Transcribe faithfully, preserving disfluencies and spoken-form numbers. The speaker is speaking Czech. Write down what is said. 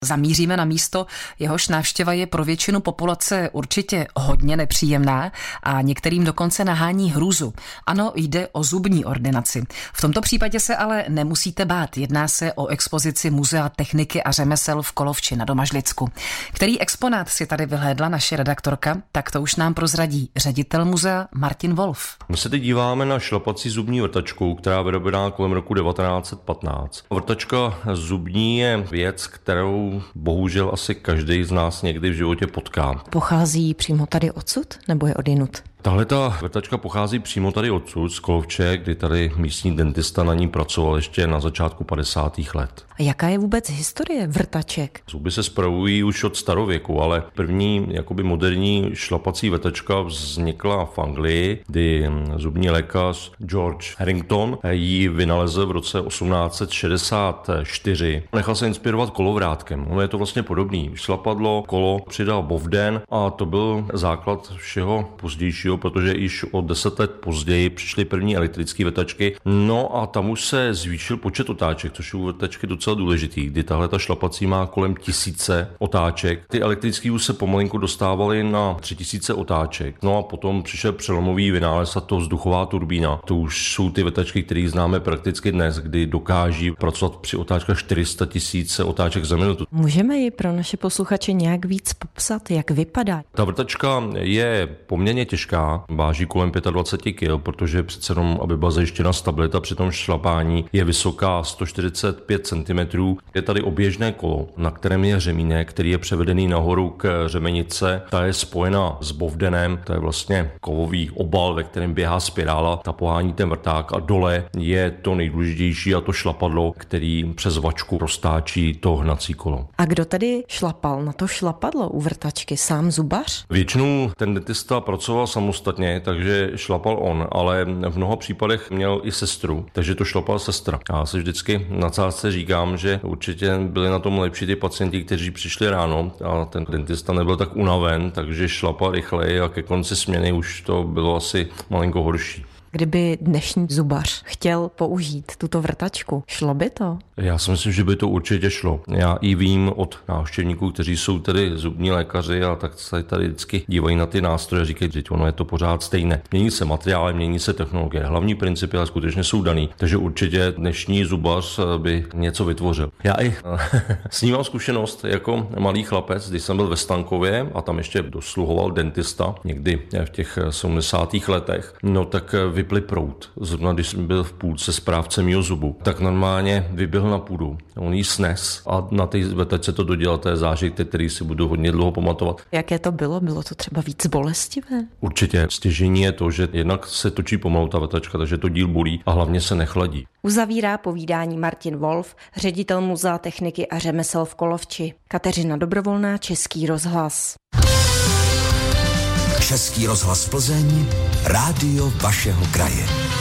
Zamíříme na místo, jehož návštěva je pro většinu populace určitě hodně nepříjemná a některým dokonce nahání hrůzu. Ano, jde o zubní ordinaci. V tomto případě se ale nemusíte bát. Jedná se o expozici Muzea techniky a řemesel v Kolovči na Domažlicku. Který exponát si tady vyhlédla naše redaktorka, tak to už nám prozradí ředitel muzea Martin Wolf. My se teď díváme na šlapací zubní vrtačku, která je vyrobená kolem roku devatenáct set patnáct. Vrtačka zubní je věc, kterou bohužel asi každý z nás někdy v životě potká. Pochází přímo tady odsud, nebo je odjinud? Tahle ta vrtačka pochází přímo tady odsud, z Kolovče, kdy tady místní dentista na ní pracoval ještě na začátku padesátých let. A jaká je vůbec historie vrtaček? Zuby se spravují už od starověku, ale první jakoby moderní šlapací vrtačka vznikla v Anglii, kdy zubní lékař George Harrington ji vynalezl v roce osmnáct set šedesát čtyři. Nechal se inspirovat kolovrátkem. Ono je to vlastně podobný. Šlapadlo, kolo, přidal bovden a to byl základ všeho pozdějšího, protože již o deset let později přišly první elektrické vrtačky. No a tam už se zvýšil počet otáček, což je u vrtačky docela důležitý, kdy tahle ta šlapací má kolem tisíce otáček. Ty elektrické už se pomalinku dostávaly na tři tisíce otáček. No a potom přišel přelomový vynález a to vzduchová turbína. To už jsou ty vrtačky, které známe prakticky dnes, kdy dokáží pracovat při otáčkách čtyři sta tisíc otáček za minutu. Můžeme ji pro naše posluchače nějak víc popsat, jak vypadá? Ta vrtačka je poměrně těžká, váží kolem dvacet pět kilogramů, protože přece jenom, aby byla zajištěna stabilita při tom šlapání, je vysoká sto čtyřicet pět centimetrů. Je tady oběžné kolo, na kterém je řemínek, který je převedený nahoru k řemenice. Ta je spojena s bovdenem, to je vlastně kovový obal, ve kterém běhá spirála, ta pohání ten vrták a dole je to nejdůležitější a to šlapadlo, který přes vačku roztáčí to hnací kolo. A kdo tedy šlapal na to šlapadlo u vrtačky? Sám zubař? Většinou ten dentista pracoval samostatně, takže šlapal on, ale v mnoha případech měl i sestru, takže to šlapal sestra. Já si vždycky na cásce říkám, že určitě byli na tom lepší ty pacienti, kteří přišli ráno a ten dentista nebyl tak unaven, takže šlapal rychleji a ke konci směny už to bylo asi malinko horší. Kdyby dnešní zubař chtěl použít tuto vrtačku, šlo by to? Já si myslím, že by to určitě šlo. Já i vím od návštěvníků, kteří jsou tedy zubní lékaři a tak se tady vždycky dívají na ty nástroje a říkají, že ono je to pořád stejné. Mění se materiály, mění se technologie. Hlavní principy ale skutečně jsou daný, takže určitě dnešní zubař by něco vytvořil. Já i s ním mám zkušenost jako malý chlapec, když jsem byl ve Stankově a tam ještě dosluhoval dentista někdy v těch sedmdesátých letech. No tak vypli proud. Zrovna když jsem byl v půlce správce mýho zubu, tak normálně vyběhl na půdu. On jí snes a na té vrtačce to dodělal, to je zážitek, který si budu hodně dlouho pamatovat. Jaké to bylo? Bylo to třeba víc bolestivé? Určitě. Stěžení je to, že jednak se točí pomalu ta vrtačka, takže to díl bolí a hlavně se nechladí. Uzavírá povídání Martin Wolf, ředitel Muzea techniky a řemesel v Kolovči. Kateřina Dobrovolná, Český rozhlas. Český rozhlas Plzeň, rádio vašeho kraje.